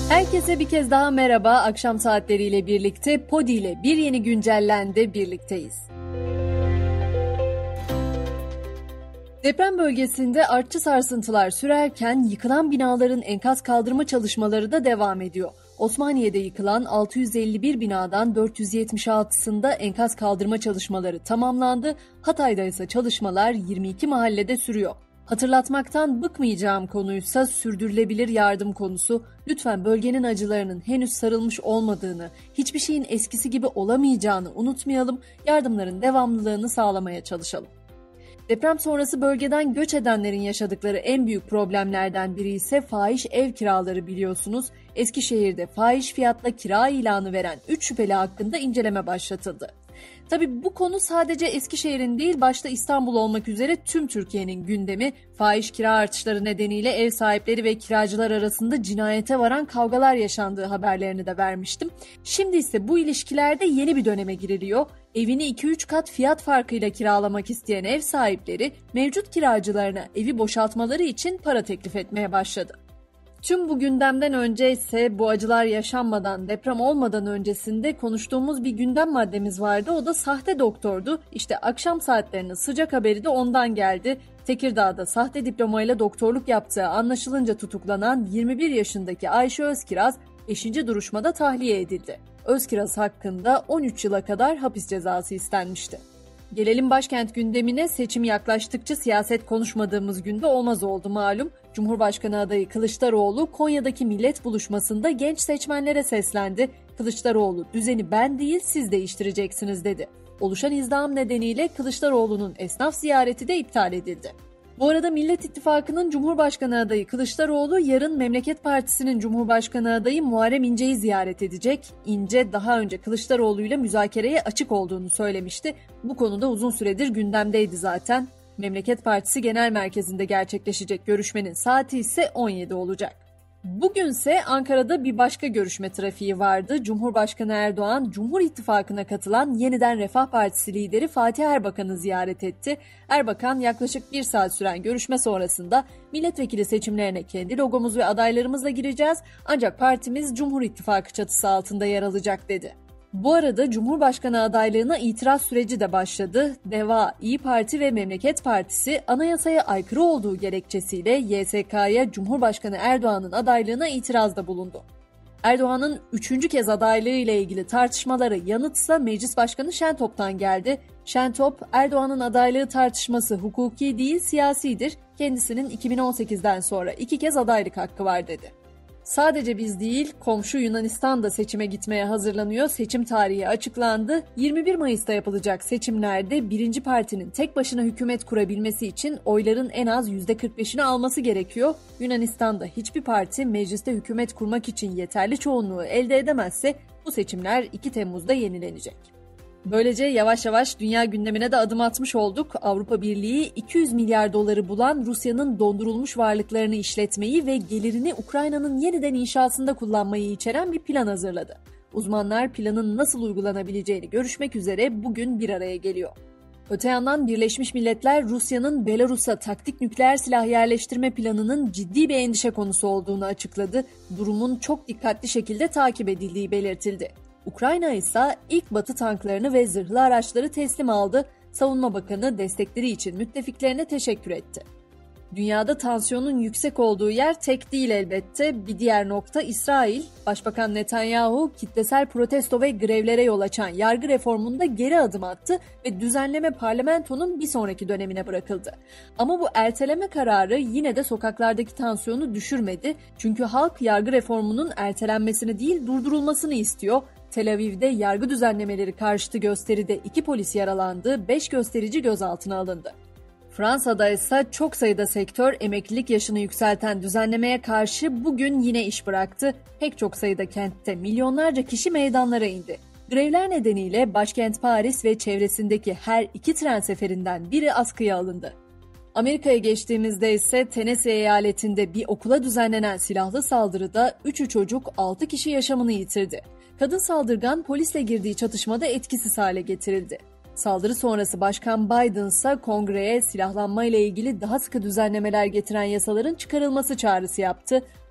Herkese bir kez daha merhaba. Akşam saatleriyle birlikte Podi ile bir yeni güncellende birlikteyiz. Deprem bölgesinde artçı sarsıntılar sürerken yıkılan binaların enkaz kaldırma çalışmaları da devam ediyor. Osmaniye'de yıkılan 651 binadan 476'sında enkaz kaldırma çalışmaları tamamlandı. Hatay'da ise çalışmalar 22 mahallede sürüyor. Hatırlatmaktan bıkmayacağım konuysa sürdürülebilir yardım konusu. Lütfen bölgenin acılarının henüz sarılmış olmadığını, hiçbir şeyin eskisi gibi olamayacağını unutmayalım, yardımların devamlılığını sağlamaya çalışalım. Deprem sonrası bölgeden göç edenlerin yaşadıkları en büyük problemlerden biri ise fahiş ev kiraları biliyorsunuz. Eskişehir'de fahiş fiyatla kira ilanı veren 3 şüpheli hakkında inceleme başlatıldı. Tabii bu konu sadece Eskişehir'in değil, başta İstanbul olmak üzere tüm Türkiye'nin gündemi. Fahiş kira artışları nedeniyle ev sahipleri ve kiracılar arasında cinayete varan kavgalar yaşandığı haberlerini de vermiştim. Şimdi ise bu ilişkilerde yeni bir döneme giriliyor. Evini 2-3 kat fiyat farkıyla kiralamak isteyen ev sahipleri mevcut kiracılarına evi boşaltmaları için para teklif etmeye başladı. Tüm bu gündemden önce ise bu acılar yaşanmadan, deprem olmadan öncesinde konuştuğumuz bir gündem maddemiz vardı. O da sahte doktordu. İşte akşam saatlerinin sıcak haberi de ondan geldi. Tekirdağ'da sahte diplomayla doktorluk yaptığı anlaşılınca tutuklanan 21 yaşındaki Ayşe Özkiraz 5. duruşmada tahliye edildi. Özkiraz hakkında 13 yıla kadar hapis cezası istenmişti. Gelelim başkent gündemine. Seçim yaklaştıkça siyaset konuşmadığımız günde olmaz oldu malum. Cumhurbaşkanı adayı Kılıçdaroğlu Konya'daki millet buluşmasında genç seçmenlere seslendi. Kılıçdaroğlu düzeni ben değil siz değiştireceksiniz dedi. Oluşan izdiham nedeniyle Kılıçdaroğlu'nun esnaf ziyareti de iptal edildi. Bu arada Millet İttifakı'nın Cumhurbaşkanı adayı Kılıçdaroğlu yarın Memleket Partisi'nin Cumhurbaşkanı adayı Muharrem İnce'yi ziyaret edecek. İnce daha önce Kılıçdaroğlu'yla müzakereye açık olduğunu söylemişti. Bu konuda uzun süredir gündemdeydi zaten. Memleket Partisi Genel Merkezi'nde gerçekleşecek görüşmenin saati ise 17 olacak. Bugünse Ankara'da bir başka görüşme trafiği vardı. Cumhurbaşkanı Erdoğan, Cumhur İttifakı'na katılan Yeniden Refah Partisi lideri Fatih Erbakan'ı ziyaret etti. Erbakan yaklaşık 1 saat süren görüşme sonrasında milletvekili seçimlerine kendi logomuz ve adaylarımızla gireceğiz ancak partimiz Cumhur İttifakı çatısı altında yer alacak dedi. Bu arada Cumhurbaşkanı adaylığına itiraz süreci de başladı. DEVA, İYİ Parti ve Memleket Partisi anayasaya aykırı olduğu gerekçesiyle YSK'ya Cumhurbaşkanı Erdoğan'ın adaylığına itirazda bulundu. Erdoğan'ın 3. kez adaylığı ile ilgili tartışmalara yanıtsa Meclis Başkanı Şentop'tan geldi. Şentop, Erdoğan'ın adaylığı tartışması hukuki değil siyasidir. Kendisinin 2018'den sonra 2 kez adaylık hakkı var dedi. Sadece biz değil, komşu Yunanistan da seçime gitmeye hazırlanıyor. Seçim tarihi açıklandı. 21 Mayıs'ta yapılacak seçimlerde birinci partinin tek başına hükümet kurabilmesi için oyların en az %45'ini alması gerekiyor. Yunanistan'da hiçbir parti mecliste hükümet kurmak için yeterli çoğunluğu elde edemezse bu seçimler 2 Temmuz'da yenilenecek. Böylece yavaş yavaş dünya gündemine de adım atmış olduk. Avrupa Birliği 200 milyar doları bulan Rusya'nın dondurulmuş varlıklarını işletmeyi ve gelirini Ukrayna'nın yeniden inşasında kullanmayı içeren bir plan hazırladı. Uzmanlar planın nasıl uygulanabileceğini görüşmek üzere bugün bir araya geliyor. Öte yandan Birleşmiş Milletler Rusya'nın Belarus'a taktik nükleer silah yerleştirme planının ciddi bir endişe konusu olduğunu açıkladı. Durumun çok dikkatli şekilde takip edildiği belirtildi. Ukrayna ise ilk Batı tanklarını ve zırhlı araçları teslim aldı. Savunma Bakanı destekleri için müttefiklerine teşekkür etti. Dünyada tansiyonun yüksek olduğu yer tek değil elbette. Bir diğer nokta İsrail. Başbakan Netanyahu kitlesel protesto ve grevlere yol açan yargı reformunda geri adım attı ve düzenleme parlamentonun bir sonraki dönemine bırakıldı. Ama bu erteleme kararı yine de sokaklardaki tansiyonu düşürmedi. Çünkü halk yargı reformunun ertelenmesini değil durdurulmasını istiyor. Tel Aviv'de yargı düzenlemeleri karşıtı gösteride 2 polis yaralandı, 5 gösterici gözaltına alındı. Fransa'da ise çok sayıda sektör emeklilik yaşını yükselten düzenlemeye karşı bugün yine iş bıraktı. Pek çok sayıda kentte milyonlarca kişi meydanlara indi. Grevler nedeniyle başkent Paris ve çevresindeki her 2 tren seferinden biri askıya alındı. Amerika'ya geçtiğimizde ise Tennessee eyaletinde bir okula düzenlenen silahlı saldırıda 3 çocuk 6 kişi yaşamını yitirdi. Kadın saldırgan polisle girdiği çatışmada etkisiz hale getirildi. Saldırı sonrası Başkan Biden ise Kongre'ye silahlanma ile ilgili daha sıkı düzenlemeler getiren yasaların çıkarılması çağrısı yaptı.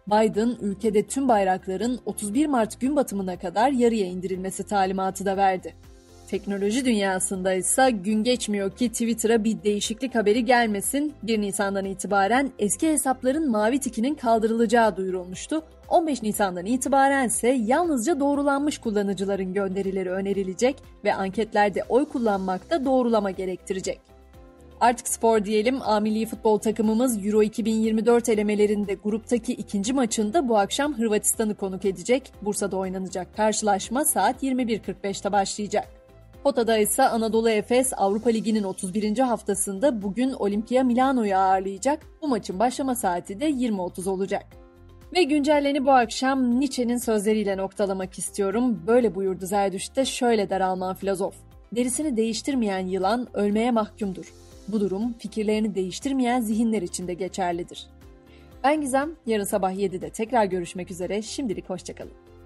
Biden, ülkede tüm bayrakların 31 Mart gün batımına kadar yarıya indirilmesi talimatı da verdi. Teknoloji dünyasında ise gün geçmiyor ki Twitter'a bir değişiklik haberi gelmesin. 1 Nisan'dan itibaren eski hesapların mavi tikinin kaldırılacağı duyurulmuştu. 15 Nisan'dan itibaren ise yalnızca doğrulanmış kullanıcıların gönderileri önerilecek ve anketlerde oy kullanmak da doğrulama gerektirecek. Artık spor diyelim. A milli futbol takımımız Euro 2024 elemelerinde gruptaki ikinci maçında bu akşam Hırvatistan'ı konuk edecek. Bursa'da oynanacak karşılaşma saat 21.45'te başlayacak. Pota'da ise Anadolu Efes Avrupa Ligi'nin 31. haftasında bugün Olimpia Milano'yu ağırlayacak. Bu maçın başlama saati de 20.30 olacak. Ve güncelleni bu akşam Nietzsche'nin sözleriyle noktalamak istiyorum. Böyle buyurdu Zerdüşt'te, şöyle der Alman filozof: "Derisini değiştirmeyen yılan ölmeye mahkumdur. Bu durum fikirlerini değiştirmeyen zihinler için de geçerlidir." Ben Gizem, yarın sabah 7'de tekrar görüşmek üzere. Şimdilik hoşçakalın.